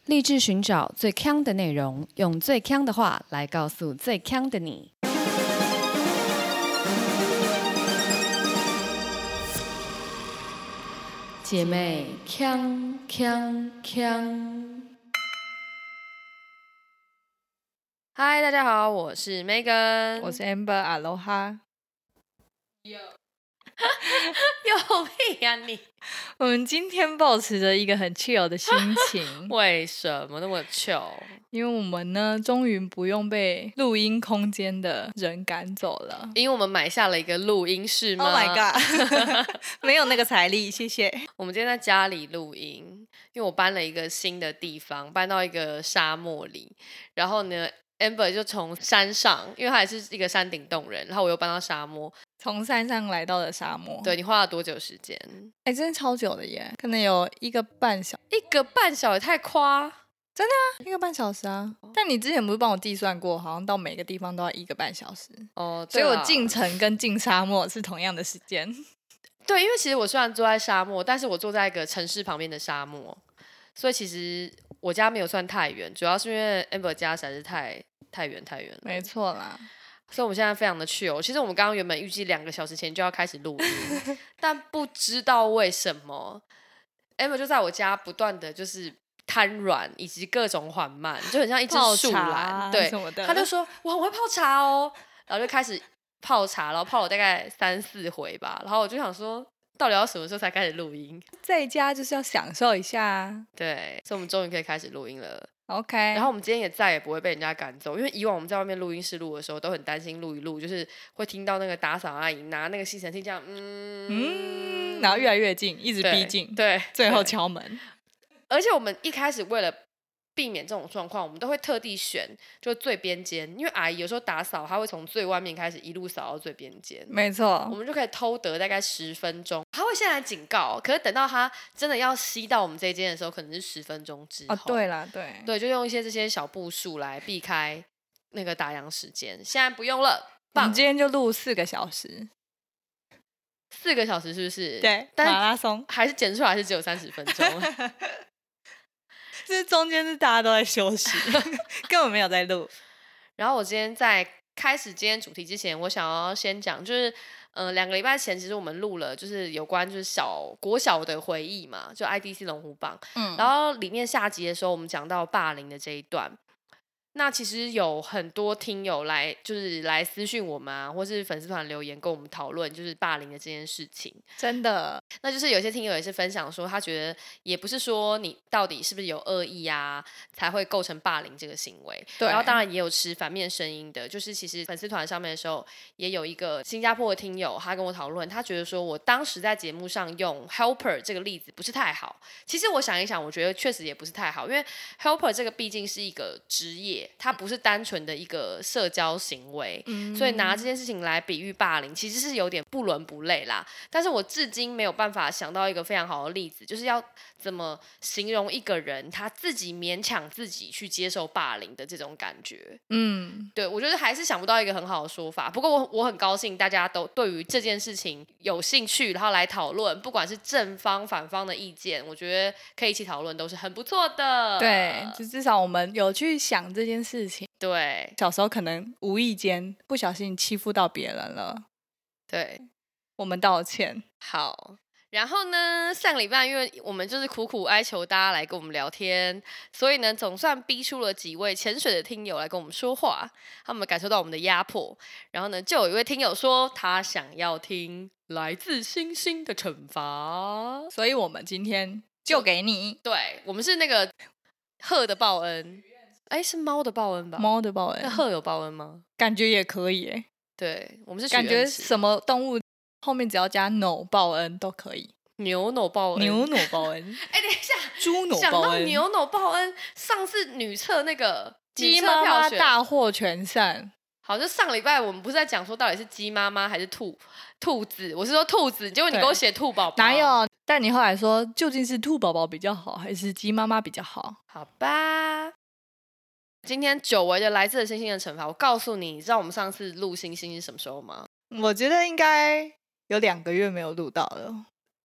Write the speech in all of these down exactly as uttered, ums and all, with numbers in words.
立志寻找最强的内容，用最强的话来告诉最强的你。姐妹，强强强！嗨，大家好，我是 Megan， 我是 Amber Aloha。 有屁呀、啊、你！ 我们今天抱持着一个很 chill 的心情， 为什么那么 chill？ 因为我们呢，终于不用被录音空间的人赶走了。 因为我们买下了一个录音室吗 ？Oh my god， 没有那个财力，谢谢。 我们今天在家里录音，因为我搬了一个新的地方，搬到一个沙漠里，然后呢。Amber 就从山上，因为他也是一个山顶洞人，然后我又搬到沙漠， 从山上来到了沙漠。 对，你花了多久时间？ 哎，真的超久的耶，可能有一个半小， 一个半小时也太夸， 真的啊，一个半小时啊。但你之前不是帮我计算过，好像到每个地方都要一个半小时哦， 所以我进城跟进沙漠是同样的时间。 对，因为其实我虽然坐在沙漠，但是我坐在一个城市旁边的沙漠，所以其实我家没有算太远，主要是因为 Amber 家实在是太。太远太远了， 没错啦。 所以我们现在非常的 chill。其实我们刚刚原本预计两个小时前就要开始录音，但不知道为什么 Amber 就在我家不断的就是瘫软以及各种缓慢，就很像一只树懒，对，他就说哇我会泡茶哦，然后就开始泡茶，然后泡了大概三四回吧，然后我就想说到底要什么时候才开始录音？ 在家就是要享受一下， 对，所以我们终于可以开始录音了。 OK， 然后我们今天也再也不会被人家赶走，因为以往我们在外面录音室录的时候，都很担心录一录，就是会听到那个打扫阿姨拿那个吸尘器这样，嗯嗯，然后越来越近，一直逼近， 对，对最后敲门。 而且我们一开始为了避免这种状况，我们都会特地选就最边间，因为阿姨有时候打扫，她会从最外面开始一路扫到最边间， 没错， 我们就可以偷得大概十分钟。她会先来警告，可是等到她真的要吸到我们这一间的时候，可能是十分钟之后。 哦，对啦，对， 对，就用一些这些小步数来避开那个打烊时间。现在不用了， 我们今天就录四个小时， 四个小时是不是？ 对， 但马拉松还是剪出来是只有三十分钟。 这中间是大家都在休息，根本没有在录。 然后我今天在开始今天主题之前，我想要先讲，就是呃两个礼拜前，其实我们录了就是有关就是小国小的回忆嘛，就 I D C 龙虎榜，嗯，然后里面下集的时候，我们讲到霸凌的这一段。那其实有很多听友来，就是来私讯我们啊，或是粉丝团留言跟我们讨论，就是霸凌的这件事情。 真的， 那就是有些听友也是分享说，他觉得也不是说你到底是不是有恶意啊，才会构成霸凌这个行为。 对。 然后当然也有持反面声音的，就是其实粉丝团上面的时候，也有一个新加坡的听友，他跟我讨论，他觉得说我当时在节目上用 helper 这个例子不是太好。其实我想一想，我觉得确实也不是太好，因为 helper 这个毕竟是一个职业。它不是单纯的一个社交行为、嗯、所以拿这件事情来比喻霸凌其实是有点不伦不类啦。但是我至今没有办法想到一个非常好的例子，就是要怎么形容一个人他自己勉强自己去接受霸凌的这种感觉。嗯，对，我觉得还是想不到一个很好的说法。不过我我很高兴大家都对于这件事情有兴趣，然后来讨论，不管是正方反方的意见，我觉得可以一起讨论，都是很不错的。 对，就至少我们有去想这件事情。 对， 小时候可能无意间不小心欺负到别人了， 对， 我们道歉。 好，然后呢，上礼拜因为我们就是苦苦哀求大家来跟我们聊天，所以呢，总算逼出了几位潜水的听友来跟我们说话，他们感受到我们的压迫，然后呢，就有一位听友说他想要听来自星星的惩罚， 所以我们今天就给你， 对，我们是那个鹤的报恩。哎，是猫的报恩吧？ 猫的报恩。 那鹤有报恩吗？ 感觉也可以耶。 对，我们是感觉什么动物后面只要加 no 报恩都可以。 牛 no 报恩， 牛 no 报恩。 哎，等一下， 猪 no 报恩。 想到牛 no 报恩，上次女测那个鸡妈妈大获全胜。 好，就上礼拜我们不是在讲说到底是鸡妈妈还是兔兔子？我是说兔子，结果你给我写兔宝宝。 哪有？但你后来说究竟是兔宝宝比较好，还是鸡妈妈比较好？ 好吧。今天久违的来自星星的惩罚，我告诉你，你知道我们上次录星星是什么时候吗？ 我觉得应该有两个月没有录到了。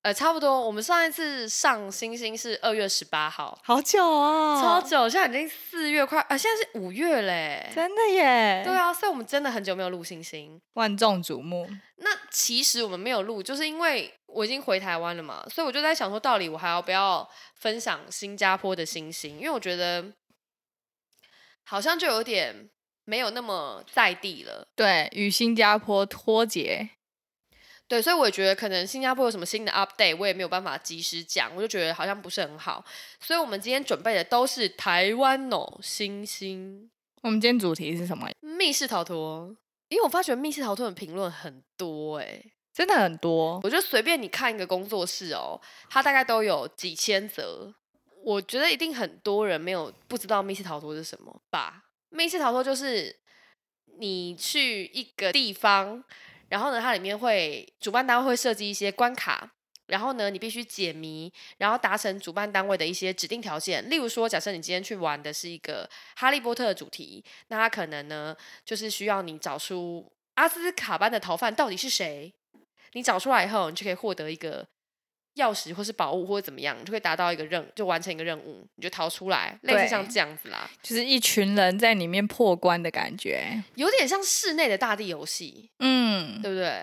呃，差不多。我们上一次上星星是二月十八号， 好久啊， 超久，现在已经四月快，啊，现在是五月嘞， 真的耶。 对啊，所以我们真的很久没有录星星， 万众瞩目。 那其实我们没有录，就是因为我已经回台湾了嘛，所以我就在想说，到底我还要不要分享新加坡的星星？因为我觉得好像就有点没有那么在地了。 对，与新加坡脱节。 对，所以我也觉得可能新加坡有什么新的 update， 我也没有办法及时讲，我就觉得好像不是很好。所以我们今天准备的都是台湾哦星星。 我们今天主题是什么？ 密室逃脱。因为我发觉密室逃脱的评论很多哎、欸， 真的很多。 我觉得随便你看一个工作室哦，它大概都有几千则。我觉得一定很多人没有不知道密室逃脱是什么吧？密室逃脱就是你去一个地方，然后呢，它里面会主办单位会设计一些关卡，然后呢，你必须解谜，然后达成主办单位的一些指定条件。例如说，假设你今天去玩的是一个哈利波特的主题，那它可能呢就是需要你找出阿兹卡班的逃犯到底是谁。你找出来以后，你就可以获得一个钥匙或是宝物或者怎么样，你就可以达到一个任，就完成一个任务，你就逃出来，类似像这样子啦。 就是一群人在里面破关的感觉， 有点像室内的大地游戏， 嗯， 对不对？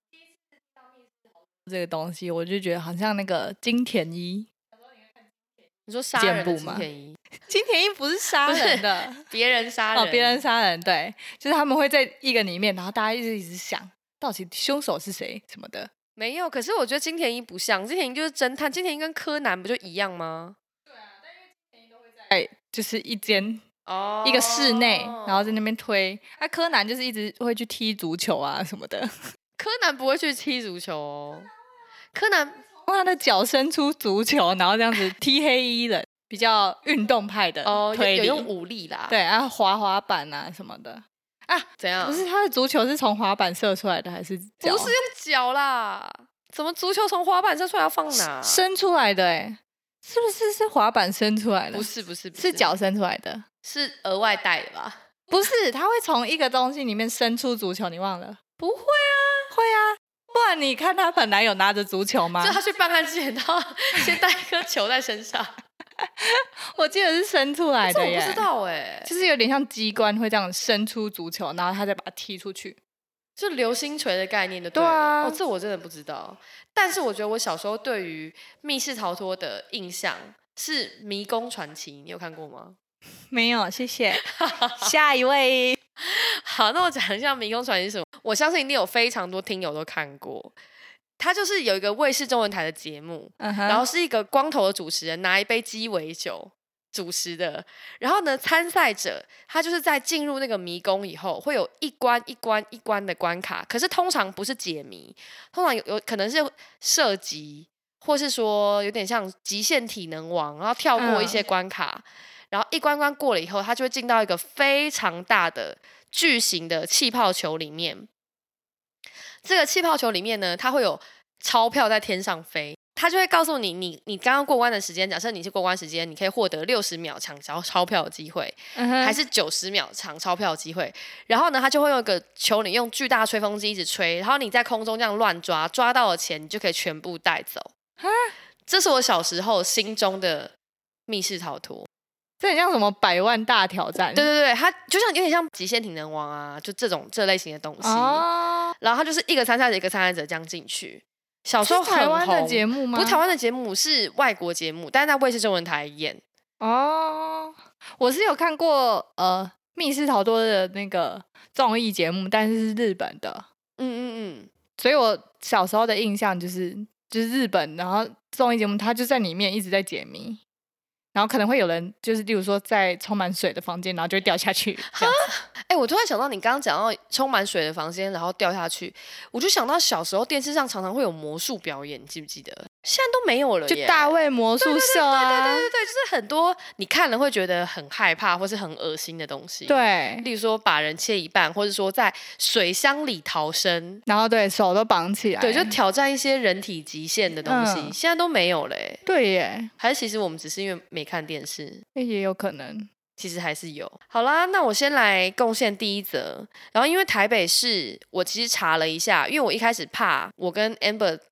这个东西我就觉得好像那个金田一， 你说杀人的金田一， 金田一不是杀人的， 别人杀人， 哦，别人杀人，对，就是他们会在一个里面，然后大家一直一直想，到底凶手是谁什么的。 没有，可是我觉得金田一不像，金田一就是侦探，金田一跟柯南不就一样吗？ 对啊，但因为金田一都会在，就是一间哦， 一个室内，然后在那边推。啊，柯南就是一直会去踢足球啊什么的。 柯南不会去踢足球哦，柯南用他的脚伸出足球，然后这样子踢黑衣人，比较运动派的哦， 推理， 有用武力啦， 对，然后滑滑板啊什么的。啊， 怎样？ 不是他的足球是从滑板射出来的，还是脚？ 不是用脚啦，怎么足球从滑板射出来要放哪？ 伸出来的哎、欸，是不是是滑板伸出来的？ 不是不是不是， 是脚伸出来的， 是额外带的吧？ 不是，他会从一个东西里面伸出足球，你忘了？ 不会啊， 会啊，不然你看他本来有拿着足球吗？ 就他去办案之前，他先带一颗球在身上。 我记得是伸出来的耶， 我不知道哎、欸， 就是有点像机关会这样伸出足球，然后他再把它踢出去， 就流星锤的概念的。对啊， 哦，这我真的不知道。但是我觉得我小时候对于密室逃脱的印象是《迷宫传奇》，你有看过吗？ 没有，谢谢。下一位。 好，那我讲一下《迷宫传奇》是什么。我相信一定有非常多听友都看过。它就是有一个卫视中文台的节目， uh-huh. 然后是一个光头的主持人拿一杯鸡尾酒主持的。然后呢，参赛者他就是在进入那个迷宫以后，会有一关一关一关的关卡，可是通常不是解谜，通常有有可能是射击，或是说有点像极限体能王，然后跳过一些关卡，嗯、然后一关关过了以后，他就会进到一个非常大的巨型的气泡球里面。这个气泡球里面呢，它会有钞票在天上飞，它就会告诉你，你你刚刚过关的时间，假设你是过关时间，你可以获得六十秒抢钞钞票的机会，嗯、还是九十秒抢钞票的机会。然后呢，它就会用一个球，你用巨大吹风机一直吹，然后你在空中这样乱抓，抓到的钱你就可以全部带走。这是我小时候心中的密室逃脱。 这很像什么百万大挑战？ 对对对，它就像有点像极限体能王啊，就这种这类型的东西。哦、然后它就是一个参赛者一个参赛者这样进去。小时候很红。 是台湾的节目吗？ 不是台湾的节目，是外国节目，但是在卫视中文台演。 哦，我是有看过呃密室逃脱的那个综艺节目，但是是日本的。 嗯嗯嗯。 所以我小时候的印象就是就是日本，然后综艺节目它就在里面一直在解谜。然后可能会有人就是，例如说在充满水的房间，然后就会掉下去这样子。 哎、欸，我突然想到你刚刚讲到充满水的房间，然后掉下去，我就想到小时候电视上常常会有魔术表演，你记不记得？现在都没有了耶， 就大卫魔术社啊， 对对对对对对，就是很多你看了会觉得很害怕或是很恶心的东西。 对， 例如说把人切一半，或者说在水箱里逃生， 然后对手都绑起来， 对，就挑战一些人体极限的东西，嗯、现在都没有了耶。 对耶， 还是其实我们只是因为没看电视， 也有可能。 其实还是有。好啦，那我先来贡献第一则。然后因为台北市，我其实查了一下，因为我一开始怕我跟 Amber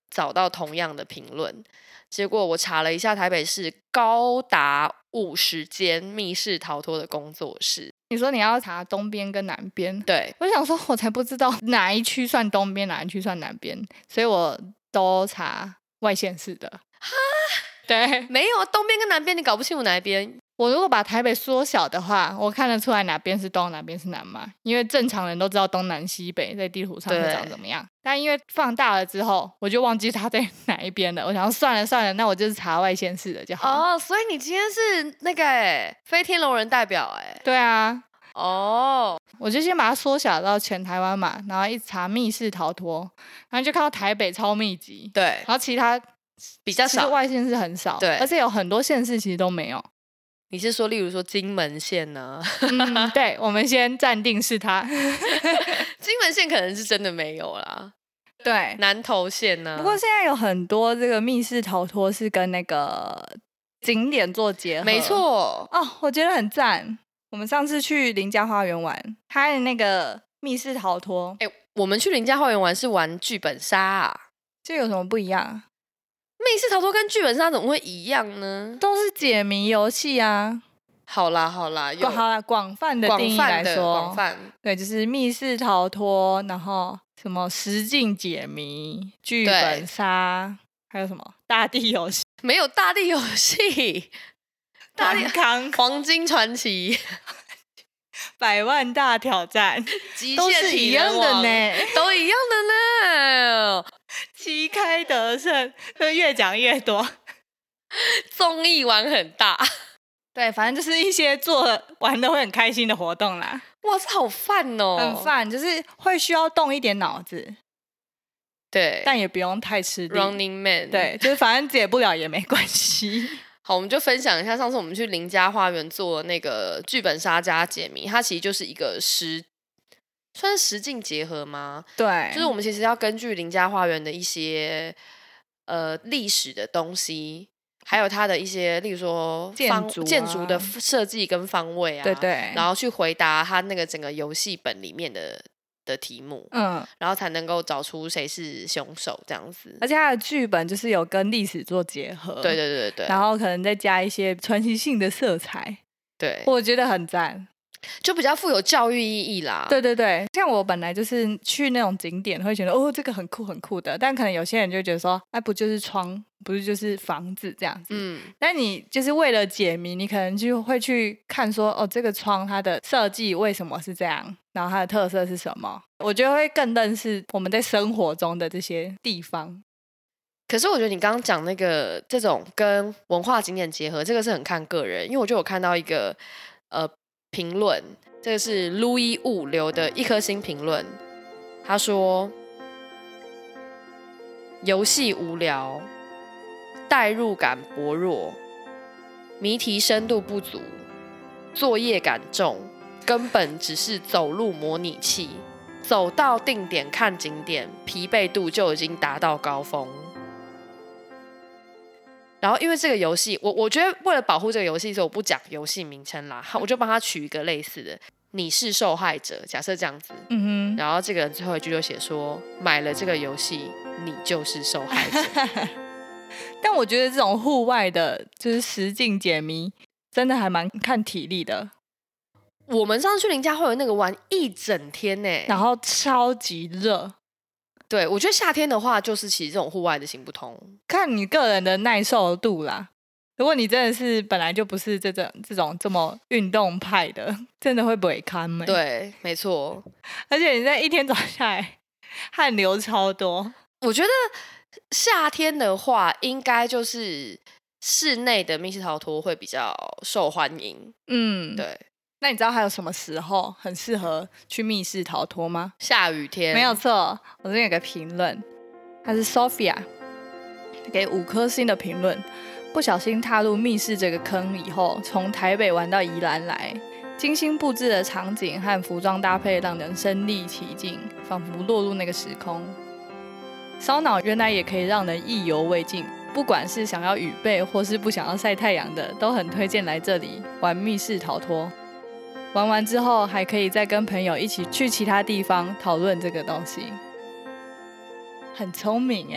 找到同样的评论。结果我查了一下，台北市高达五十间密室逃脱的工作室。 你说你要查东边跟南边， 对， 我想说我才不知道哪一区算东边，哪一区算南边，所以我都查外县市的。 哈， 对， 没有东边跟南边，你搞不清楚哪一边。 我如果把台北缩小的话，我看得出来哪边是东，哪边是南嘛？因为正常人都知道东南西北在地图上会长怎么样，但因为放大了之后，我就忘记它在哪一边了。我想说算了算了，那我就是查外县市的就好。 哦，所以你今天是那个哎，飞天龙人代表哎。 对啊。 哦， 我就先把它缩小到全台湾嘛，然后一查密室逃脱，然后就看到台北超密集， 对， 然后其他比较少， 外县市很少， 对， 而且有很多县市其实都没有。 你是说，例如说金门县呢？ 嗯，对，我们先暂定是它。 金门县可能是真的没有啦。 对， 南投县呢？ 不过现在有很多这个密室逃脱是跟那个景点做结合， 没错哦，我觉得很赞。我们上次去林家花园玩，它的那个密室逃脱， 哎、欸，我们去林家花园玩是玩剧本杀啊， 这有什么不一样？ 密室逃脱跟剧本杀怎么会一样呢？ 都是解谜游戏啊。 好啦好啦，有好啦，广泛的定义来说， 广泛， 对，就是密室逃脱，然后什么实境解谜、剧本杀，还有什么大地游戏？ 没有大地游戏， 大地康黄金传奇。 百万大挑战， 都是一样的呢， 都一样的呢。 旗开得胜，就越讲越多。 综艺玩很大， 对，反正就是一些做玩的会很开心的活动啦。 哇，这好饭哦， 很饭，就是会需要动一点脑子。 对， 但也不用太吃力。 Running Man， 对，就是反正解不了也没关系。 好，我们就分享一下上次我们去林家花园做那个剧本杀加解谜，它其实就是一个实算是实境结合吗？ 对， 就是我们其实要根据林家花园的一些呃历史的东西，还有它的一些例如说方建筑、啊、 建筑的设计跟方位啊， 对对， 然后去回答它那个整个游戏本里面的的题目，嗯，然后才能够找出谁是凶手这样子。 而且它的剧本就是有跟历史做结合， 对对对对， 然后可能再加一些传奇性的色彩， 对， 我觉得很赞， 就比较富有教育意义啦。 对对对，像我本来就是去那种景点会觉得哦这个很酷很酷的，但可能有些人就觉得说哎不就是窗，不是就是房子这样子，嗯，但你就是为了解谜，你可能就会去看说哦这个窗它的设计为什么是这样，然后它的特色是什么，我觉得会更认识我们在生活中的这些地方。 可是我觉得你刚刚讲那个这种跟文化景点结合，这个是很看个人，因为我就有看到一个呃评论，这个是 Louis Wu 留的一颗星评论，他说游戏无聊，代入感薄弱，谜题深度不足，作业感重，根本只是走路模拟器，走到定点看景点，疲惫度就已经达到高峰。然后因为这个游戏，我我觉得为了保护这个游戏，所以我不讲游戏名称啦，我就帮他取一个类似的，你是受害者，假设这样子，嗯哼，然后这个人最后一句就写说，买了这个游戏，你就是受害者。 但我觉得这种户外的，就是实境解谜，真的还蛮看体力的。 我们上次去林家花园那个玩一整天呢， 然后超级热。 对，我觉得夏天的话，就是其实这种户外的行不通， 看你个人的耐受度啦。如果你真的是本来就不是这种这种这么运动派的，真的会不会堪欸？ 对，没错。 而且你在一天走下来，汗流超多。 我觉得夏天的话，应该就是室内的密室逃脱会比较受欢迎。嗯，对。 那你知道还有什么时候很适合去密室逃脱吗？ 下雨天。 没有错，我这边有个评论，它是 Sophia 给五颗星的评论。不小心踏入密室这个坑以后，从台北玩到宜兰来，精心布置的场景和服装搭配让人身临其境，仿佛落入那个时空。烧脑原来也可以让人意犹未尽，不管是想要雨备或是不想要晒太阳的，都很推荐来这里玩密室逃脱。玩完之后还可以再跟朋友一起去其他地方讨论这个东西，很聪明耶。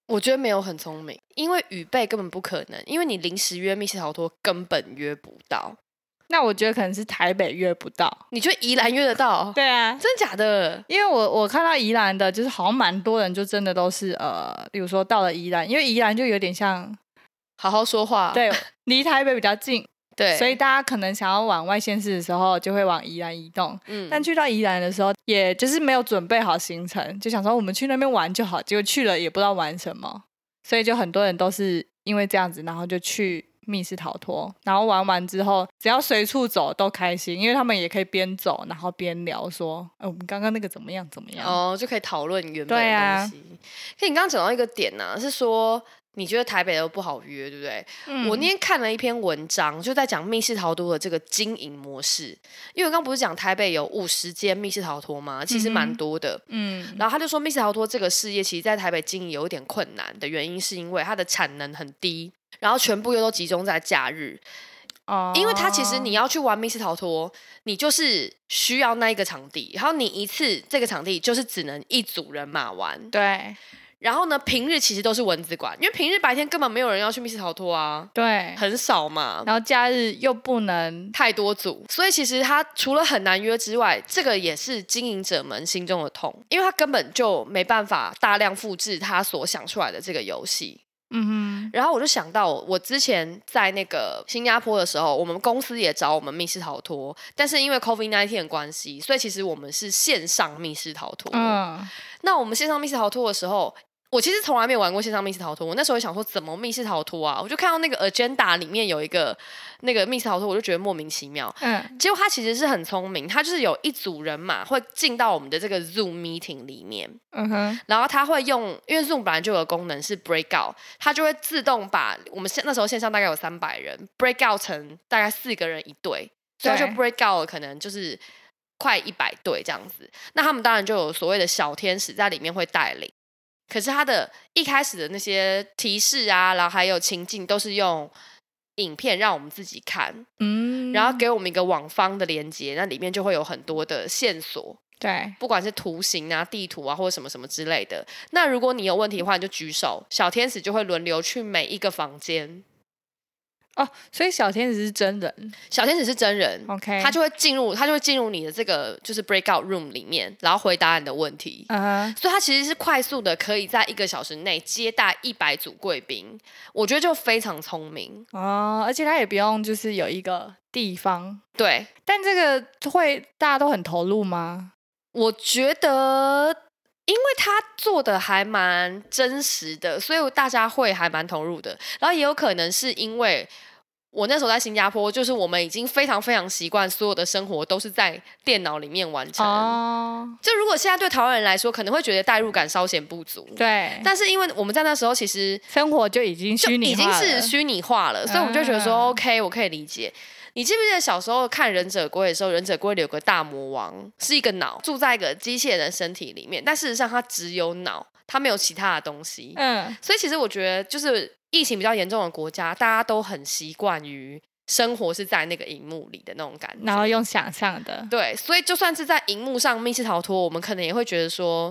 我觉得没有很聪明，因为预备根本不可能，因为你临时约密室逃脱根本约不到。 那我觉得可能是台北约不到， 你觉得宜兰约得到？ 对啊， 真的假的？ 因为我我看到宜兰的，就是好像蛮多人就真的都是呃，比如说到了宜兰，因为宜兰就有点像好好说话， 对，离台北比较近， 对， 所以大家可能想要往外县市的时候，就会往宜兰移动。 嗯， 但去到宜兰的时候，也就是没有准备好行程，就想说我们去那边玩就好，结果去了也不知道玩什么，所以就很多人都是因为这样子，然后就去密室逃脱，然后玩完之后，只要随处走都开心，因为他们也可以边走然后边聊说，哎、我们刚刚那个怎么样怎么样， 哦，就可以讨论原本的对啊东西。可你刚刚讲到一个点呢、啊，是说你觉得台北的不好约，对不对？ 嗯我那天看了一篇文章，就在讲密室逃脱的这个经营模式。因为我刚不是讲台北有五十间密室逃脱吗？其实蛮多的。 嗯然后他就说，密室逃脱这个事业，其实在台北经营有一点困难的原因，是因为它的产能很低，然后全部又都集中在假日。 哦， 因为它其实你要去玩密室逃脱，你就是需要那一个场地，然后你一次这个场地就是只能一组人马玩。 对然后呢，平日其实都是蚊子馆，因为平日白天根本没有人要去密室逃脱啊， 对， 很少嘛。 然后假日又不能， 太多组，所以其实它除了很难约之外，这个也是经营者们心中的痛，因为他根本就没办法大量复制他所想出来的这个游戏。 嗯哼， 然后我就想到，我之前在那个新加坡的时候，我们公司也找我们密室逃脱，但是因为 COVID 十九 的关系，所以其实我们是线上密室逃脱。 嗯， 那我们线上密室逃脱的时候，我其实从来没有玩过线上密室逃脱。我那时候也想说，怎么密室逃脱啊？我就看到那个 agenda 里面有一个那个密室逃脱，我就觉得莫名其妙。 嗯， 结果他其实是很聪明，他就是有一组人马会进到我们的这个 Zoom meeting 里面， 嗯哼， 然后他会用，因为 Zoom 本来就有功能是 breakout，他就会自动把我们现那时候线上大概有三百人 breakout 成大概四个人一队，所以他就 breakout 可能就是快一百队这样子。那他们当然就有所谓的小天使在里面会带领。可是他的一开始的那些提示啊，然后还有情境都是用影片让我们自己看， 嗯， 然后给我们一个网方的连接，那里面就会有很多的线索， 对， 不管是图形啊、地图啊或者什么什么之类的。那如果你有问题的话，你就举手，小天使就会轮流去每一个房间。 哦，所以小天使是真人小天使是真人 ，OK， 他就会进入，他就会进入你的这个就是 breakout room 里面，然后回答你的问题。 嗯哼， 所以他其实是快速的，可以在一个小时内接待一百组贵宾，我觉得就非常聪明。 哦，而且他也不用就是有一个地方， 对， 但这个会大家都很投入吗？ 我觉得，因为他做的还蛮真实的，所以大家会还蛮投入的。然后也有可能是因为我那时候在新加坡，就是我们已经非常非常习惯，所有的生活都是在电脑里面完成。 哦， 就如果现在对台湾人来说，可能会觉得代入感稍显不足。 对， 但是因为我们在那时候其实生活就已经就虚拟已经化了是虚拟化了，所以我们就觉得说、 嗯 OK， 我可以理解。你记不记得小时候看《忍者龟》的时候，《忍者龟》里有个大魔王，是一个脑住在一个机械人身体里面，但事实上它只有脑，它没有其他的东西。 嗯， 所以其实我觉得，就是疫情比较严重的国家，大家都很习惯于生活是在那个荧幕里的那种感觉， 然后用想象的， 对，所以就算是在荧幕上密室逃脱，我们可能也会觉得说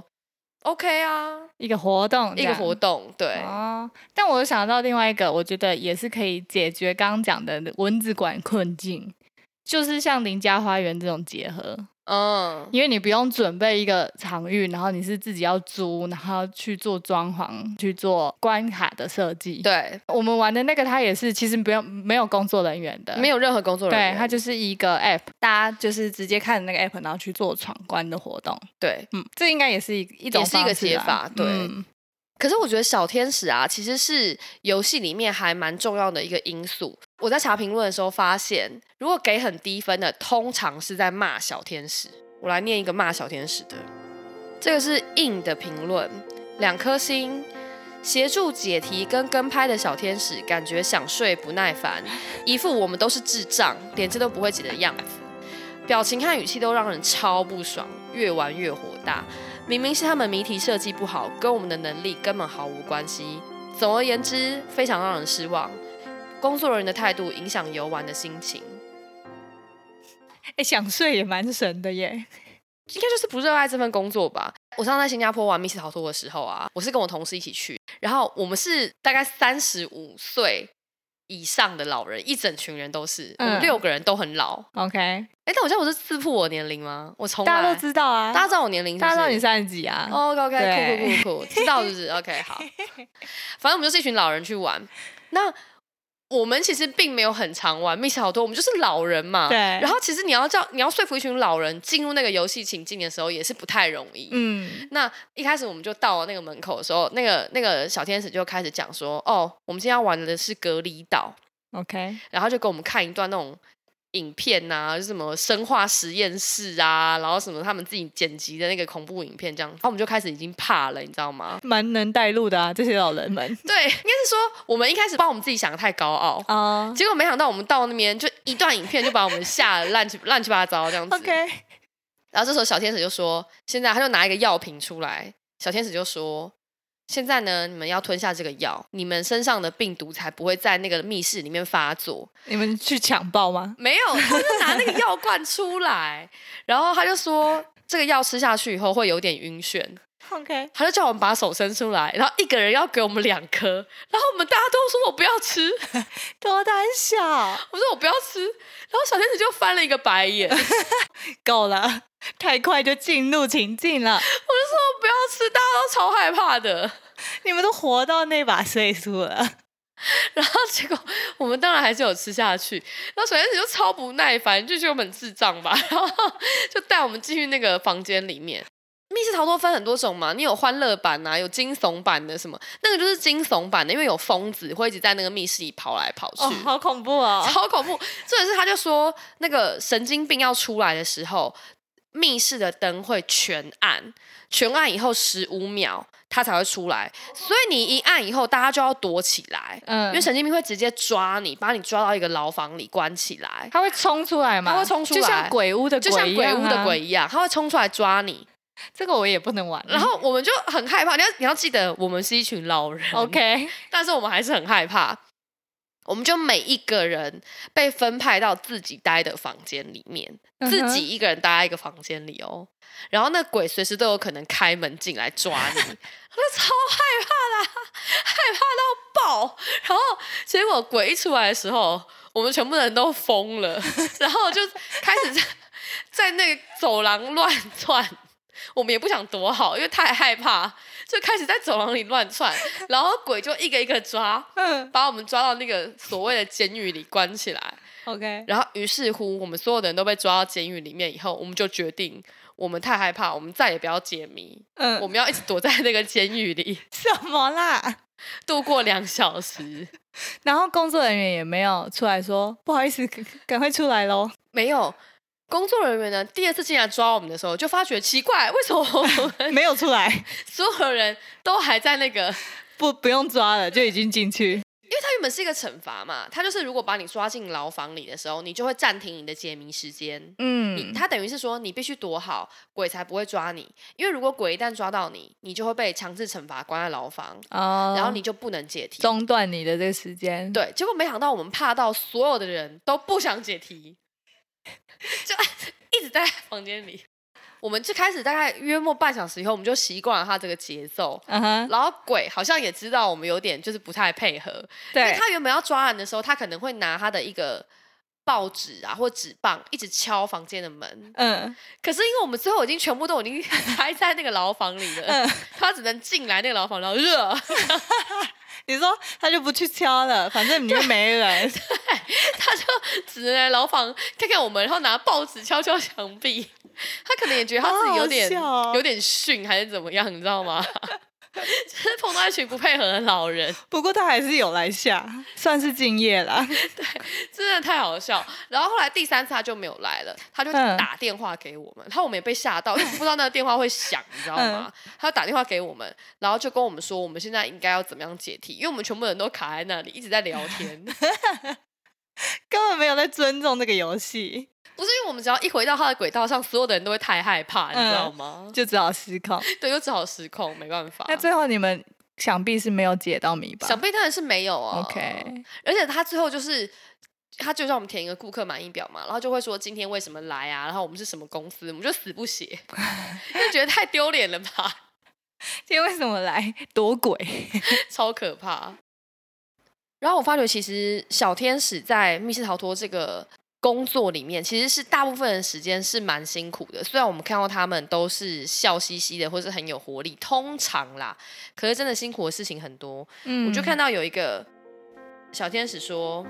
OK 啊， 一个活动这一样， 个活动，对。 哦，但我想到另外一个，我觉得也是可以解决刚刚讲的蚊子馆困境，就是像邻家花园这种结合。 嗯， 因为你不用准备一个场域，然后你是自己要租，然后去做装潢，去做关卡的设计。 对， 我们玩的那个，它也是其实不用没有工作人员的， 没有任何工作人员， 对，它就是一个 app， 大家就是直接看那个 app， 然后去做闯关的活动。 对， 嗯，这应该也是一一种也是一个方式啦解法，对。 嗯可是我觉得小天使啊，其实是游戏里面还蛮重要的一个因素。我在查评论的时候发现，如果给很低分的，通常是在骂小天使。我来念一个骂小天使的，这个是硬的评论，两颗星。协助解题跟跟拍的小天使，感觉想睡不耐烦，一副我们都是智障，连这都不会解的样子，表情和语气都让人超不爽，越玩越火大。明明是他们谜题设计不好，跟我们的能力根本毫无关系。总而言之，非常让人失望。工作人员的态度影响游玩的心情。 哎，想睡也蛮神的耶。 应该就是不热爱这份工作吧。我上次在新加坡玩密室逃脱的时候啊，我是跟我同事一起去， 然后我们是大概三十五岁以上的老人，一整群人都是，嗯、我们六个人都很老。 OK， 哎，但我现在我是自曝我年龄吗？我从来大家都知道啊， 大家知道我年龄是不是， 大家知道你三十几啊。 OK OK， 酷酷酷酷，知道是不是 ？OK， 好，反正我们就是一群老人去玩。那我们其实并没有很常玩密室逃脱，我们就是老人嘛。 对。 然后其实你要叫你要说服一群老人进入那个游戏情境的时候，也是不太容易。嗯。那一开始我们就到了那个门口的时候，那个那个小天使就开始讲说：“哦，我们今天要玩的是隔离岛。” OK。 然后就给我们看一段那种影片啊，就是什么生化实验室啊，然后什么他们自己剪辑的那个恐怖影片这样，然后我们就开始已经怕了，你知道吗？ 蛮能带路的啊，这些老人们。 对，应该是说我们一开始把我们自己想的太高傲啊， uh, 结果没想到我们到那边就一段影片就把我们吓得乱七乱七八糟这样子。 OK。 然后这时候小天使就说，现在他就拿一个药瓶出来，小天使就说，现在呢，你们要吞下这个药，你们身上的病毒才不会在那个密室里面发作。 你们去抢爆吗？ 没有，他就拿那个药罐出来，然后他就说这个药吃下去以后会有点晕眩。 OK， 他就叫我们把手伸出来，然后一个人要给我们两颗，然后我们大家都说我不要吃， 多胆小！ 我说我不要吃，然后小天使就翻了一个白眼， 够了，太快就进入情境了。我就说我不要吃，大家都超害怕的， 你们都活到那把岁数了。 然后结果我们当然还是有吃下去，然后小天使就超不耐烦，就觉得我们智障吧，然后就带我们进去那个房间里面。密室逃脱分很多种嘛，你有欢乐版啊，有惊悚版的什么，那个就是惊悚版的，因为有疯子会一直在那个密室里跑来跑去， 哦，好恐怖哦， 超恐怖。这也是他就说，那个神经病要出来的时候，密室的灯会全暗，全暗以后十五秒他才会出来，所以你一按以后，大家就要躲起来，嗯，因为神经病会直接抓你，把你抓到一个牢房里关起来。 他会冲出来吗？ 他会冲出来， 就像鬼屋的鬼一样、啊、 就像鬼屋的鬼一样，他会冲出来抓你。 这个我也不能玩， 然后我们就很害怕。你要你要记得，我们是一群老人 ，OK， 但是我们还是很害怕。我们就每一个人被分派到自己待的房间里面，嗯、自己一个人待在一个房间里哦。然后那鬼随时都有可能开门进来抓你，那超害怕啦，害怕到爆。然后结果鬼一出来的时候，我们全部人都疯了，然后就开始在在那个走廊乱窜。我们也不想躲好，因为太害怕，就开始在走廊里乱窜，然后鬼就一个一个抓，把我们抓到那个所谓的监狱里关起来。 OK， 然后于是乎，我们所有的人都被抓到监狱里面以后，我们就决定，我们太害怕，我们再也不要解谜，嗯，我们要一直躲在那个监狱里。 什么啦？ 度过两小时， 然后工作人员也没有出来说，不好意思，赶快出来咯。 没有。工作人员呢，第二次进来抓我们的时候，就发觉奇怪，为什么我们没有出来？ 所有人都还在那个不不用抓了，就已经进去。 因为它原本是一个惩罚嘛，它就是如果把你抓进牢房里的时候，你就会暂停你的解谜时间。嗯，它等于是说你必须躲好，鬼才不会抓你。因为如果鬼一旦抓到你，你就会被强制惩罚关在牢房，哦，然后你就不能解题， 中断你的这个时间。 对，结果没想到我们怕到所有的人都不想解题。就一直在房间里，我们就开始大概约莫半小时以后，我们就习惯了他这个节奏。Uh-huh. 然后鬼好像也知道我们有点就是不太配合，对，因为他原本要抓人的时候，他可能会拿他的一个报纸啊或纸棒一直敲房间的门。嗯，可是因为我们最后已经全部都已经待在那个牢房里了，嗯，他只能进来那个牢房，然后热。 你说他就不去敲了，反正里面没人。 对，他就只能来牢房看看我们，然后拿报纸敲敲墙壁。他可能也觉得他自己有点、哦、有点逊，还是怎么样，你知道吗？就是碰到一群不配合的老人。 不过他还是有来下，算是敬业啦。 对，真的太好笑。然后后来第三次他就没有来了，他就打电话给我们，然后我们也被吓到，因为不知道那个电话会响，你知道吗？嗯、他就打电话给我们，然后就跟我们说我们现在应该要怎么样解题，因为我们全部人都卡在那里一直在聊天， 根本没有在尊重这个游戏。 不是因为我们只要一回到他的轨道上，所有的人都会太害怕，嗯、你知道吗？ 就只好失控。 对，就只好失控，没办法。 那最后你们想必是没有解到谜吧？ 想必当然是没有啊。 OK， 而且他最后就是他就让我们填一个顾客满意表嘛，然后就会说今天为什么来啊，然后我们是什么公司，我们就死不写，因为觉得太丢脸了吧。 今天为什么来躲鬼？ 超可怕。然后我发觉，其实小天使在密室逃脱这个工作里面，其实是大部分的时间是蛮辛苦的。虽然我们看到他们都是笑嘻嘻的，或是很有活力，通常啦，可是真的辛苦的事情很多。嗯，我就看到有一个小天使说，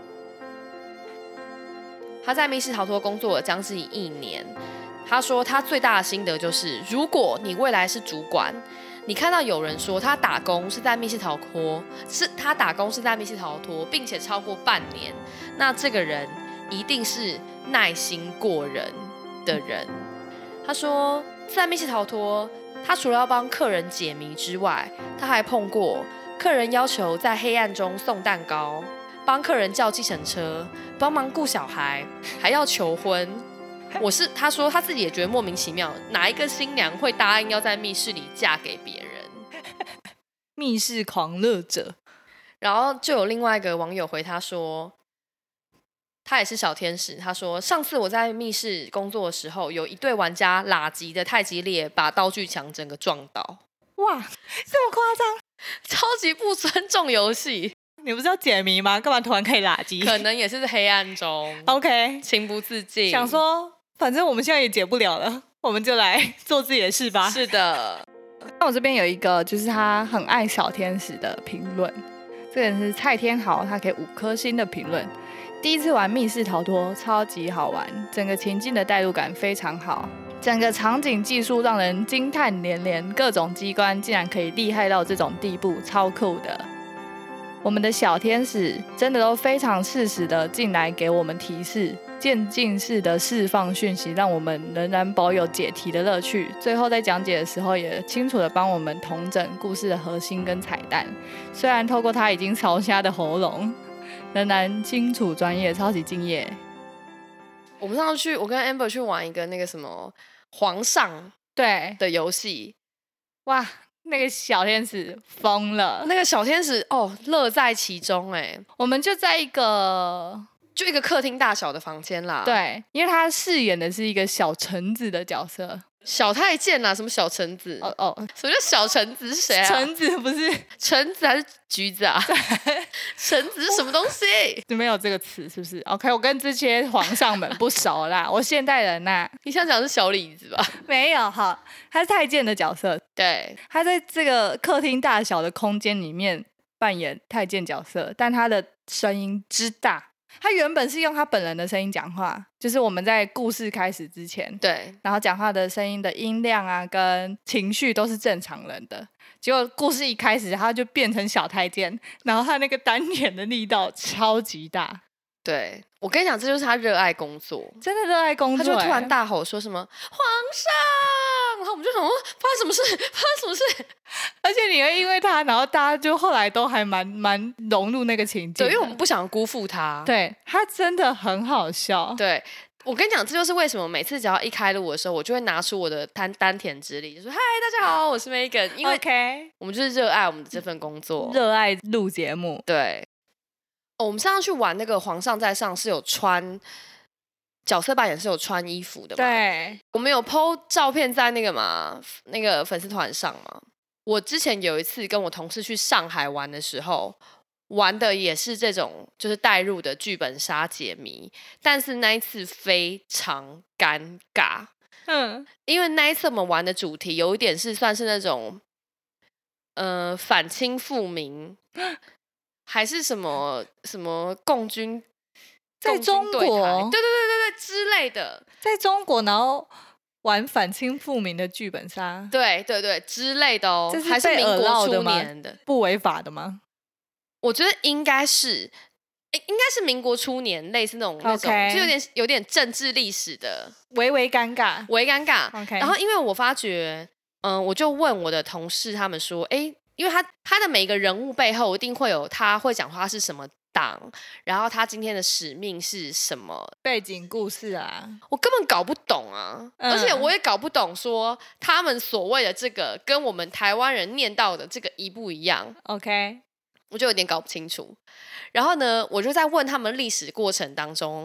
他在密室逃脱工作了将近一年。他说他最大的心得就是，如果你未来是主管，你看到有人说他打工是在密室逃脱，是他打工是在密室逃脱，并且超过半年，那这个人一定是耐心过人的人。他说，在密室逃脱，他除了要帮客人解谜之外，他还碰过客人要求在黑暗中送蛋糕，帮客人叫计程车，帮忙顾小孩，还要求婚。我是他说他自己也觉得莫名其妙，哪一个新娘会答应要在密室里嫁给别人？ 密室狂热者。 然后就有另外一个网友回他说，他也是小天使。他说，上次我在密室工作的时候，有一对玩家拉级的太激烈，把道具墙整个撞倒。 哇，这么夸张， 超级不尊重游戏。 你不是要解谜吗？干嘛突然可以拉机？ 可能也是黑暗中 OK 情不自禁， 想说反正我们现在也解不了了，我们就来做自己的事吧。 是的。 那我这边有一个就是他很爱小天使的评论，这个人是蔡天豪，他给五颗星的评论。第一次玩密室逃脱超级好玩，整个情境的代入感非常好，整个场景技术让人惊叹连连，各种机关竟然可以厉害到这种地步，超酷的。我们的小天使真的都非常适时的进来给我们提示，渐进式的释放讯息，让我们仍然保有解题的乐趣。最后在讲解的时候，也清楚的帮我们统整故事的核心跟彩蛋。虽然透过他已经烧瞎的喉咙，仍然清楚专业，超级敬业。 我们上次去，我跟 Amber 去玩一个那个什么皇上对的游戏， 哇！那个小天使疯了， 那个小天使哦，乐在其中哎。 我们就在一个就一个客厅大小的房间啦。 对，因为他饰演的是一个小臣子的角色。 小太监啦，什么小臣子？ 哦哦， 什么叫小臣子？是谁啊？ 臣子不是臣子还是橘子啊？臣子是什么东西？ 没有这个词是不是 ？OK， 我跟这些皇上们不熟啦，我现代人呐。 你想讲的是小李子吧？ 没有，好，他是太监的角色。 对， 他在这个客厅大小的空间里面扮演太监角色，但他的声音之大。他原本是用他本人的声音讲话，就是我们在故事开始之前， 对， 然后讲话的声音的音量啊跟情绪都是正常人的，结果故事一开始他就变成小太监，然后他那个单眼的力道超级大。 对，我跟你讲，这就是他热爱工作， 真的热爱工作、 欸，他就突然大吼说什么皇上，然后我们就想说发生什么事，发生什么事， 而且你会因为他，然后大家就后来都还蛮蛮融入那个情境， 对，因为我们不想辜负他， 对，他真的很好笑。 对，我跟你讲，这就是为什么每次只要一开录的时候，我就会拿出我的丹丹田之力，就说嗨，大家好，我是 Megan， 因为 OK， 我们就是热爱我们的这份工作， 热爱录节目， 对。哦、我们上次去玩那个皇上在上是有穿角色扮演是有穿衣服的嘛？ 对， 我们有 po 照片在那个嘛那个粉丝团上嘛。我之前有一次跟我同事去上海玩的时候，玩的也是这种就是带入的剧本杀解谜，但是那一次非常尴尬，嗯，因为那一次我们玩的主题有一点是算是那种呃反清复明。还是什么什么共军， 在中国，对对对对对对之类的， 在中国，然后玩反清复明的剧本杀， 对对对之类的哦， 这是还是民国初年的，不违法的吗？ 我觉得应该是，应该是民国初年，类似那种、okay. 那种，就有点有点政治历史的， 微微尴尬， 微尴尬。 Okay. 然后因为我发觉，嗯、呃，我就问我的同事，他们说，哎。因为他他的每个人物背后一定会有他会讲他是什么党，然后他今天的使命是什么背景故事啊， 我根本搞不懂啊、嗯，而且我也搞不懂说他们所谓的这个跟我们台湾人念到的这个一不一样 ，OK， 我就有点搞不清楚。然后呢，我就在问他们历史过程当中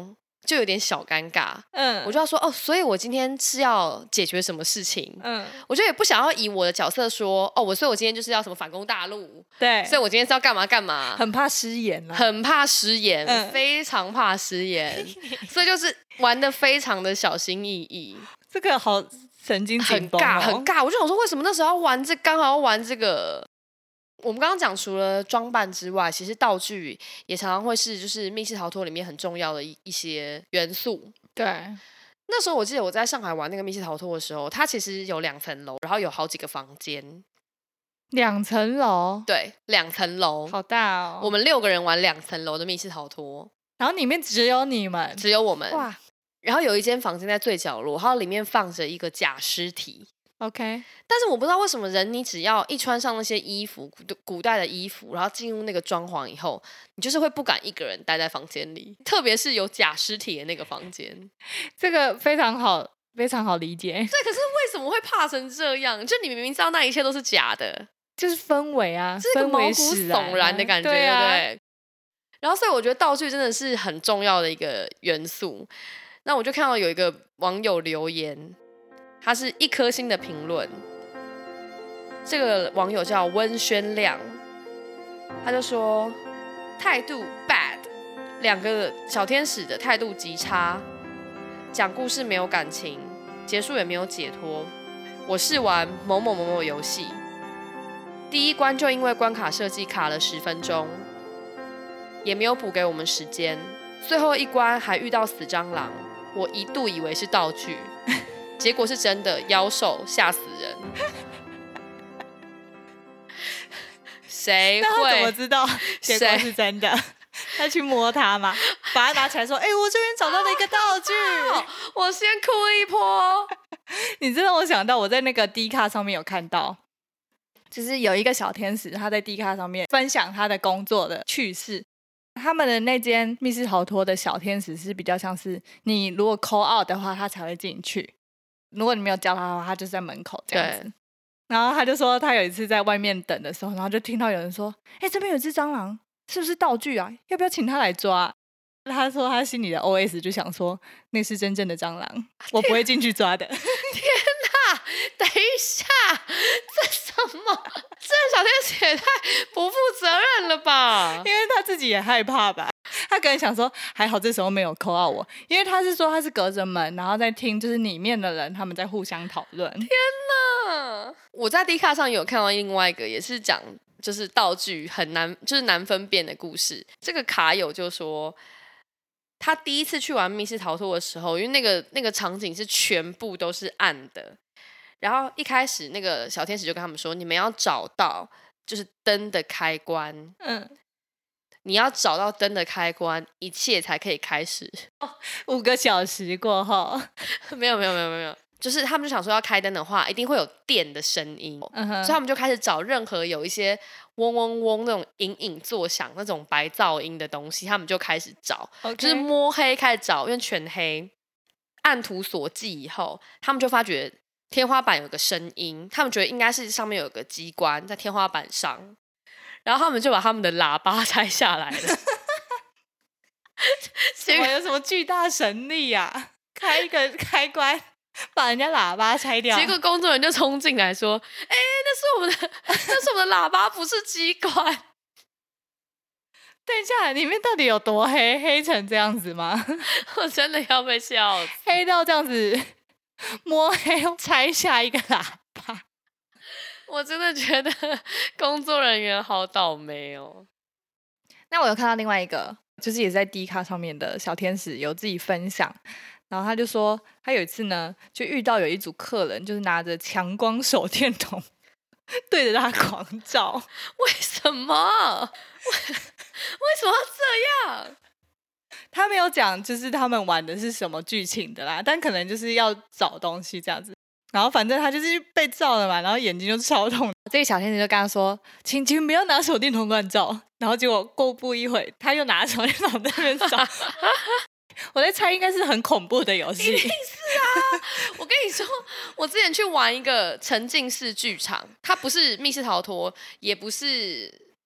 就有点小尴尬。 嗯， 我就要说哦，所以我今天是要解决什么事情？ 嗯， 我就也不想要以我的角色说哦，我所以我今天就是要什么反攻大陆， 对， 所以我今天是要干嘛干嘛， 很怕失言啊， 很怕失言， 嗯非常怕失言，所以就是玩的非常的小心翼翼， 这个好神经紧绷、哦， 很尬很尬。我就想说，为什么那时候要玩这，刚好要玩这个？我们刚刚讲，除了装扮之外，其实道具也常常会是就是密室逃脱里面很重要的一一些元素。 对， 那时候我记得我在上海玩那个密室逃脱的时候，它其实有两层楼，然后有好几个房间， 两层楼， 对，两层楼， 好大哦。 我们六个人玩两层楼的密室逃脱， 然后里面只有你们， 只有我们。 哇， 然后有一间房间在最角落，然后里面放着一个假尸体。 OK， 但是我不知道为什么人，你只要一穿上那些衣服，古古代的衣服，然后进入那个装潢以后，你就是会不敢一个人待在房间里，特别是有假尸体的那个房间。 这个非常好，非常好理解。 对，可是为什么会怕成这样？就你明明知道那一切都是假的， 就是氛围啊， 这个毛骨氛围悚然的感觉，对,、 啊、 对不对？然后，所以我觉得道具真的是很重要的一个元素。那我就看到有一个网友留言，他是一颗星的评论。这个网友叫温轩亮，他就说态度 bad， 两个小天使的态度极差，讲故事没有感情，结束也没有解脱。我试玩某某某某游戏，第一关就因为关卡设计卡了十分钟，也没有补给我们时间，最后一关还遇到死蟑螂，我一度以为是道具，结果是真的，妖兽吓死人。谁会？ 那他怎么知道结果是真的？他去摸它嘛，把它拿起来说：“哎、欸，我这边找到了一个道具。 哦”我先哭一波。 你这让我想到，我在那个 D 卡上面有看到，就是有一个小天使，他在 D 卡上面分享他的工作的趣事。他们的那间密室逃脱的小天使是比较像是，你如果 call out 的话，他才会进去；如果你没有叫他的话，他就在门口这样子。然后他就说，他有一次在外面等的时候，然后就听到有人说：“哎、欸，这边有只蟑螂，是不是道具啊？要不要请他来抓？”他说他心里的 O S 就想说，那是真正的蟑螂，我不会进去抓的。 天哪，等一下，这什么？这小天使也太不负责任了吧？ 因为他自己也害怕吧，他可能想说，还好这时候没有 call out我，因为他是说他是隔着门，然后在听就是里面的人他们在互相讨论。 天哪！我在 D 卡上有看到另外一个，也是讲就是道具很难，就是难分辨的故事。这个卡友就说，他第一次去玩密室逃脱的时候，因为那个那个场景是全部都是暗的，然后一开始那个小天使就跟他们说，你们要找到就是灯的开关， 嗯， 你要找到灯的开关，一切才可以开始。 哦，五个小时过后， 没有没有没有没有。就是他们就想说要开灯的话，一定会有电的声音， 嗯哼， 所以他们就开始找任何有一些嗡嗡嗡那种隐隐作响那种白噪音的东西，他们就开始找， okay. 就是摸黑开始找，因为全黑，按图索骥以后，他们就发觉天花板有个声音，他们觉得应该是上面有个机关在天花板上，然后他们就把他们的喇叭拆下来了。 什么有什么巨大神力啊？开一个开关。把人家喇叭拆掉， 结果工作人员就冲进来说：“哎、欸，那是我们的，那是我们的喇叭，不是机关。” 等一下，里面到底有多黑？黑成这样子吗？ 我真的要被笑死， 黑到这样子，摸黑拆下一个喇叭。 我真的觉得工作人员好倒霉哦。 那我有看到另外一个，就是也是在 D 卡上面的小天使有自己分享。然后他就说，他有一次呢，就遇到有一组客人，就是拿着强光手电筒对着他狂照。 为什么？为为什么要这样？ 他没有讲，就是他们玩的是什么剧情的啦，但可能就是要找东西这样子。然后反正他就是被照了嘛，然后眼睛就超痛。这个小天使就跟他说：“请请不要拿手电筒乱照。”然后结果过不一会，他又拿手电筒在那边照。我在猜应该是很恐怖的游戏。 一定是啊！我跟你说，我之前去玩一个沉浸式剧场，它不是密室逃脱，也不是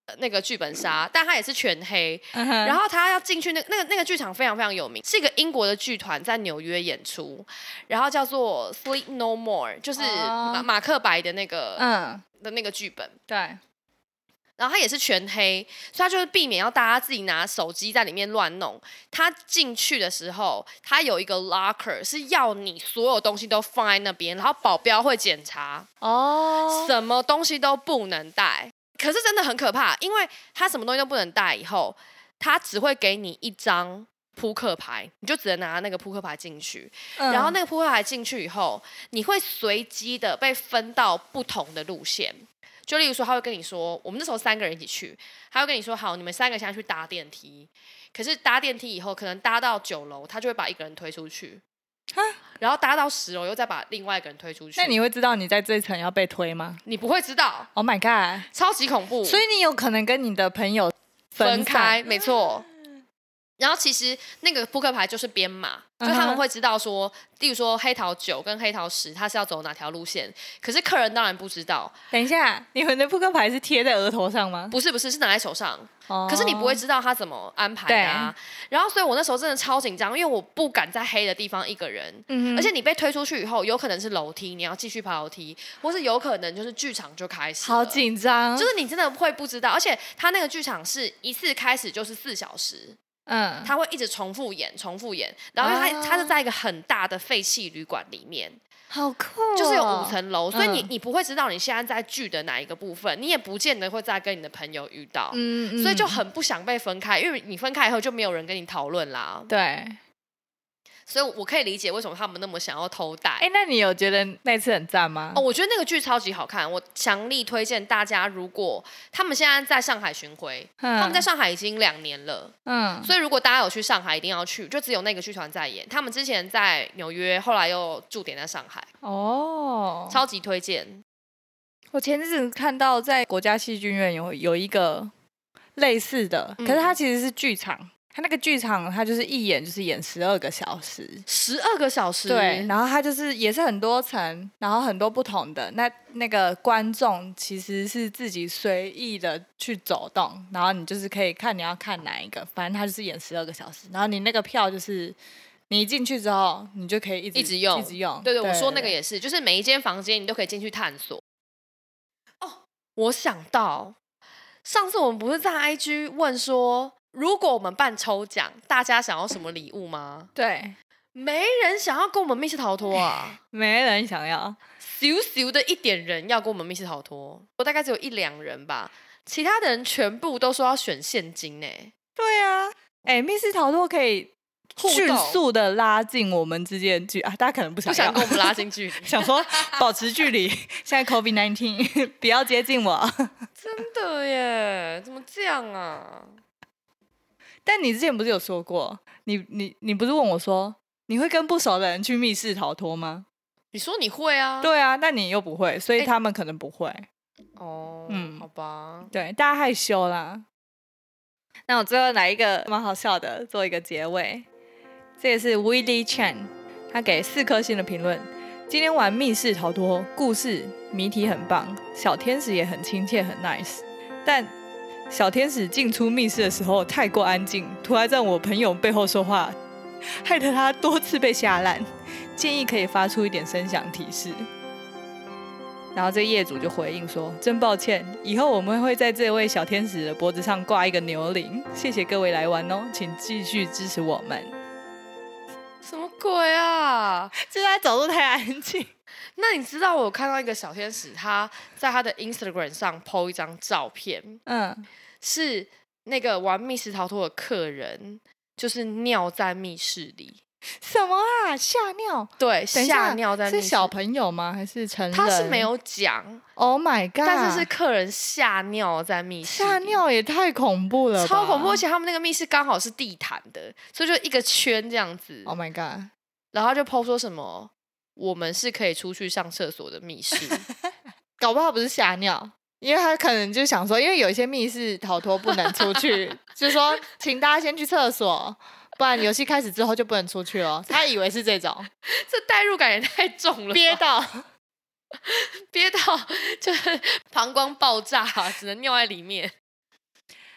那个剧本杀，但它也是全黑。 嗯、 然后他要进去那那个那个剧场非常非常有名，是一个英国的剧团在纽约演出，然后叫做 Sleep No More， 就是马、哦、马克白的那个嗯的那个剧本。 对。 然后它也是全黑，所以它就是避免要大家自己拿手机在里面乱弄。他进去的时候，他有一个 locker 是要你所有东西都放在那边，然后保镖会检查哦，什么东西都不能带。可是真的很可怕，因为他什么东西都不能带，以后他只会给你一张扑克牌，你就只能拿那个扑克牌进去。嗯、然后那个扑克牌进去以后，你会随机的被分到不同的路线。就例如说，他会跟你说，我们那时候三个人一起去，他会跟你说，好，你们三个现在去搭电梯。可是搭电梯以后，可能搭到九楼，他就会把一个人推出去，然后搭到十楼，又再把另外一个人推出去。 那你会知道你在这一层要被推吗？ 你不会知道。 Oh my god， 超级恐怖。 所以你有可能跟你的朋友分, 分开，没错。然后其实那个扑克牌就是编码，就他们会知道说，例如说黑桃九跟黑桃十，他是要走哪条路线。可是客人当然不知道。 等一下，你们的扑克牌是贴在额头上吗？ 不是，不是，是拿在手上。哦、可是你不会知道他怎么安排的啊。然后，所以我那时候真的超紧张，因为我不敢在黑的地方一个人。嗯、而且你被推出去以后，有可能是楼梯，你要继续爬楼梯，或是有可能就是剧场就开始了。 好紧张， 就是你真的会不知道。而且他那个剧场是一次开始就是四小时。嗯，他会一直重复演，重复演，然后他、哦、他是在一个很大的废弃旅馆里面， 好酷、哦， 就是有五层楼，所以你、嗯、你不会知道你现在在剧的哪一个部分，你也不见得会再跟你的朋友遇到，嗯嗯，所以就很不想被分开，因为你分开以后就没有人跟你讨论啦， 对。 所以我可以理解为什么他们那么想要偷带。 哎，那你有觉得那次很赞吗？ 哦，我觉得那个剧超级好看，我强力推荐大家。如果他们现在在上海巡回，嗯、他们在上海已经两年了，嗯，所以如果大家有去上海，一定要去，就只有那个剧团在演。他们之前在纽约，后来又驻点在上海。哦，超级推荐。 我前阵子看到在国家戏剧院有有一个类似的，可是它其实是剧场。他那个剧场，他就是一演就是演十二个小时， 十二个小时， 对。然后他就是也是很多层，然后很多不同的。那那个观众其实是自己随意的去走动，然后你就是可以看你要看哪一个，反正他就是演十二个小时。然后你那个票就是你一进去之后，你就可以一直一直用， 一直用。 对 对, 对，我说那个也是，就是每一间房间你都可以进去探索。哦，我想到上次我们不是在 I G 问说，如果我们办抽奖，大家想要什么礼物吗？ 对， 没人想要跟我们密室逃脱啊， 没人想要， 少少的一点人要跟我们密室逃脱，我大概只有一两人吧，其他的人全部都说要选现金呢、欸。 对啊，哎、欸，密室逃脱可以迅速的拉近我们之间的距离啊，大家可能不想要不想跟我们拉近距离， 想说保持距离。现在 COVID 十九 不要接近我。 真的耶，怎么这样啊？ 但你之前不是有说过，你你你不是问我说，你会跟不熟的人去密室逃脱吗？ 你说你会啊？ 对啊，但你又不会，所以他们可能不会。 哦、欸，嗯，好吧， 对，大家害羞啦。那我最后来一个蛮好笑的，做一个结尾。这也是 Willie Chan， 他给四颗星的评论。今天玩密室逃脱，故事谜题很棒，小天使也很亲切很 nice， 但小天使进出密室的时候太过安静，突然在我朋友背后说话，害得他多次被吓烂。建议可以发出一点声响提示。然后这业主就回应说，真抱歉，以后我们会在这位小天使的脖子上挂一个牛铃，谢谢各位来玩哦，请继续支持我们。 什么鬼啊？ 就是他走路太安静。 那你知道我有看到一个小天使，他在他的 Instagram 上 po 一张照片，嗯，是那个玩密室逃脱的客人，就是尿在密室里。 什么啊？吓尿？ 对，吓尿在密室。 是小朋友吗？还是成人？ 他是没有讲。 Oh my god！ 但是是客人吓尿在密室。 吓尿也太恐怖了吧！ 超恐怖，而且他们那个密室刚好是地毯的，所以就一个圈这样子。 Oh my god！ 然后就 po 说什么，我们是可以出去上厕所的密室。 搞不好不是吓尿，因为他可能就想说，因为有一些密室逃脱不能出去，就说请大家先去厕所，不然游戏开始之后就不能出去了。他以为是这种， 这代入感也太重了， 憋到憋到就是膀胱爆炸，只能尿在里面。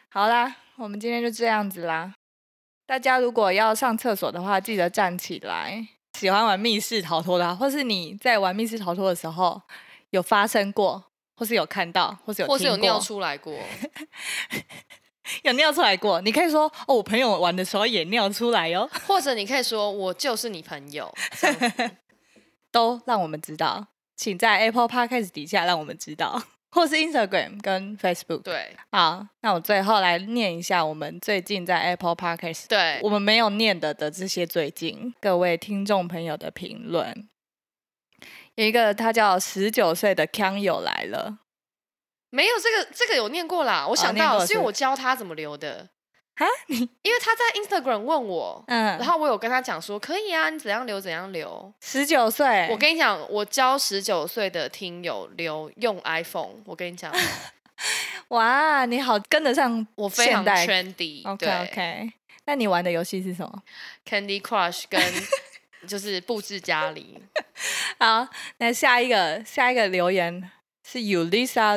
好啦，我们今天就这样子啦。大家如果要上厕所的话，记得站起来。喜欢玩密室逃脱的，或是你在玩密室逃脱的时候有发生过，或是有看到，或是有听过， 或是有尿出来过， 有尿出来过，你可以说哦，我朋友玩的时候也尿出来哦， 或者你可以说我就是你朋友，这样子都让我们知道，请在 Apple Podcast 底下让我们知道，或是 Instagram 跟 Facebook。 对， 好，那我最后来念一下我们最近在 Apple Podcast 对， 我们没有念的的这些最近各位听众朋友的评论。有一个他叫十九岁的康友来了， 没有这个这个有念过啦，我想哦念过到是因为是我教他怎么留的， 哈，你因为他在 Instagram 问我， 嗯然，后我有跟他讲说可以啊，你怎样留怎样留。 十九岁， 我跟你讲，我教十九岁的听友留用 iPhone，我跟你讲， 哇，你好跟得上我非常现代 trendy， OK 对 OK， 那你玩的游戏是什么？ ，Candy Crush 跟就是布置家里。 好，那下一个下一个留言是 Ulisa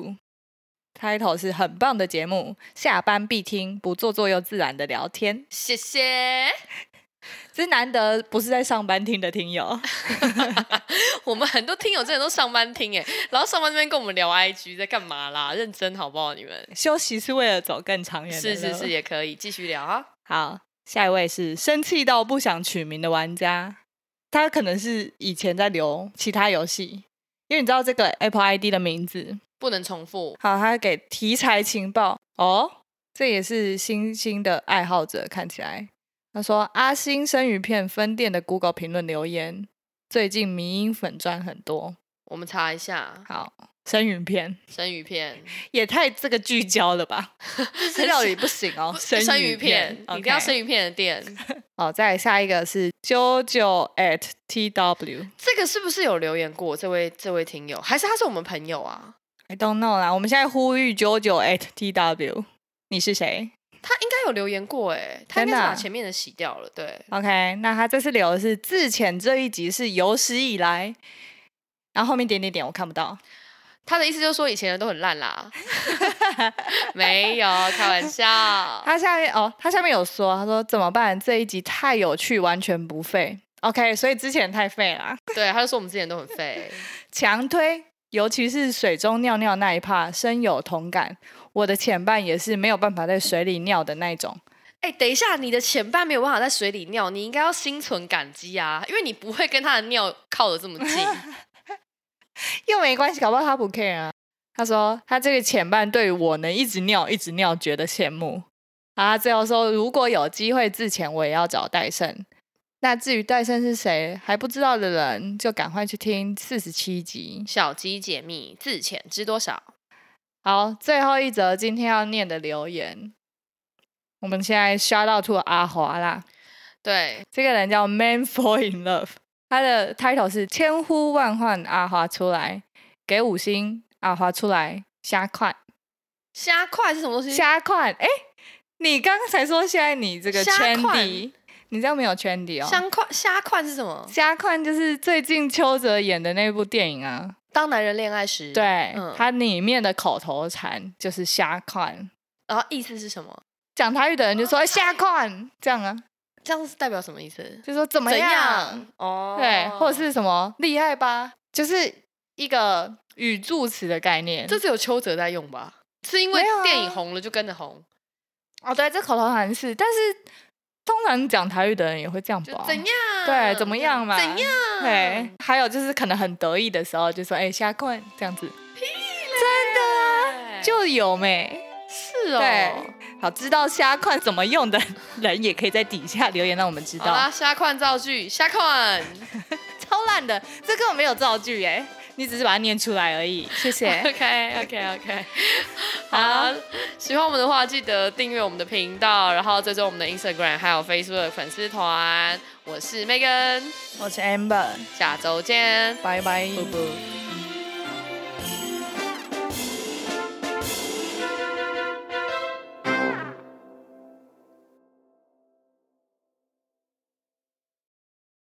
Lu，title 是很棒的节目，下班必听，不做作又自然的聊天。 谢谢。 这是难得不是在上班听的听友。 我们很多听友真的都上班听哎，然后上班这边跟我们聊 I G 在干嘛啦？认真好不好？你们休息是为了走更长远的路。 是是是，也可以继续聊啊。 好，下一位是生气到不想取名的玩家，他可能是以前在留其他游戏，因为你知道这个 Apple I D 的名字不能重复。 好，他给题材情报哦，这也是星星的爱好者，看起来他说阿星生鱼片分店的 Google 评论留言，最近迷因粉砖很多。 我们查一下， 好，生鱼片生鱼片也太这个聚焦了吧？日料理不行哦，生生鱼鱼片，一定要 OK 生鱼片的店。 好，再来下一个是 JoJo at T W。 这个是不是有留言过？这位这位听友，还是他是我们朋友啊？ I don't know 啦，我们现在呼吁 JoJo at T W， 你是谁他应该有留言过哎，他应该是真的啊把前面的洗掉了。对， ？OK， 那他这次留的是自潜这一集是有史以来，然后后面点点点我看不到。 他的意思就是说以前的都很烂啦。没有，开玩笑。 他下面哦，他下面有说，他说怎么办？这一集太有趣，完全不废。OK， 所以之前太废啦， 对，他就说我们之前都很废。 强推，尤其是水中尿尿那一趴，深有同感。我的前半也是没有办法在水里尿的那种。 哎、等一下，你的前半没有办法在水里尿，你应该要心存感激啊，因为你不会跟他的尿靠得这么近。 又没关系，搞不好他不 care 啊。他说他这个前半对于我能一直尿一直尿觉得羡慕。然后他最后说，如果有机会之前我也要找戴胜。那至于戴胜是谁还不知道的人，就赶快去听四十七集。 小鸡解密，自潜知多少？ 好，最后一则今天要念的留言，我们现在 shout out to 阿华啦。 对， 这个人叫 Man Fall in Love， 他的 title 是千呼万唤阿华出来，给五星阿华出来，虾块虾块是什么东西？ 虾块，哎，你刚才说现在你这个虾块 trendy，你这样没有 trendy 哦。 虾块虾块是什么？ 虾块就是最近邱泽演的那部电影啊， 当男人恋爱时。 对， 嗯， 它里面的口头禅就是虾块， 然后意思是什么？ 讲台语的人就说虾块，这样啊， 这样是代表什么意思？ 就说怎么怎样？ 样？哦， 对，或者是什么厉害吧，就是一个语助词的概念。 这只有邱泽在用吧？是因为没有啊电影红了就跟着红， 哦，对，这口头禅是，但是通常讲台语的人也会这样吧？ 就怎样？ 对，怎么样嘛？ 怎样？ 对，还有就是可能很得意的时候就说，哎，虾块这样子，真的啊，就有没？ 是哦。 对，好，知道虾块怎么用的人也可以在底下留言让我们知道。 好啦，虾款造句，虾款。 超烂的，这根本没有造句哎，你只是把它念出来而已。谢谢。 OK OK OK， 好，喜欢我们的话记得订阅我们的频道，然后追踪我们的 Instagram 还有 Facebook 粉丝团。我是 Megan， 我是 Amber， 下周见， 拜拜。 啵啵。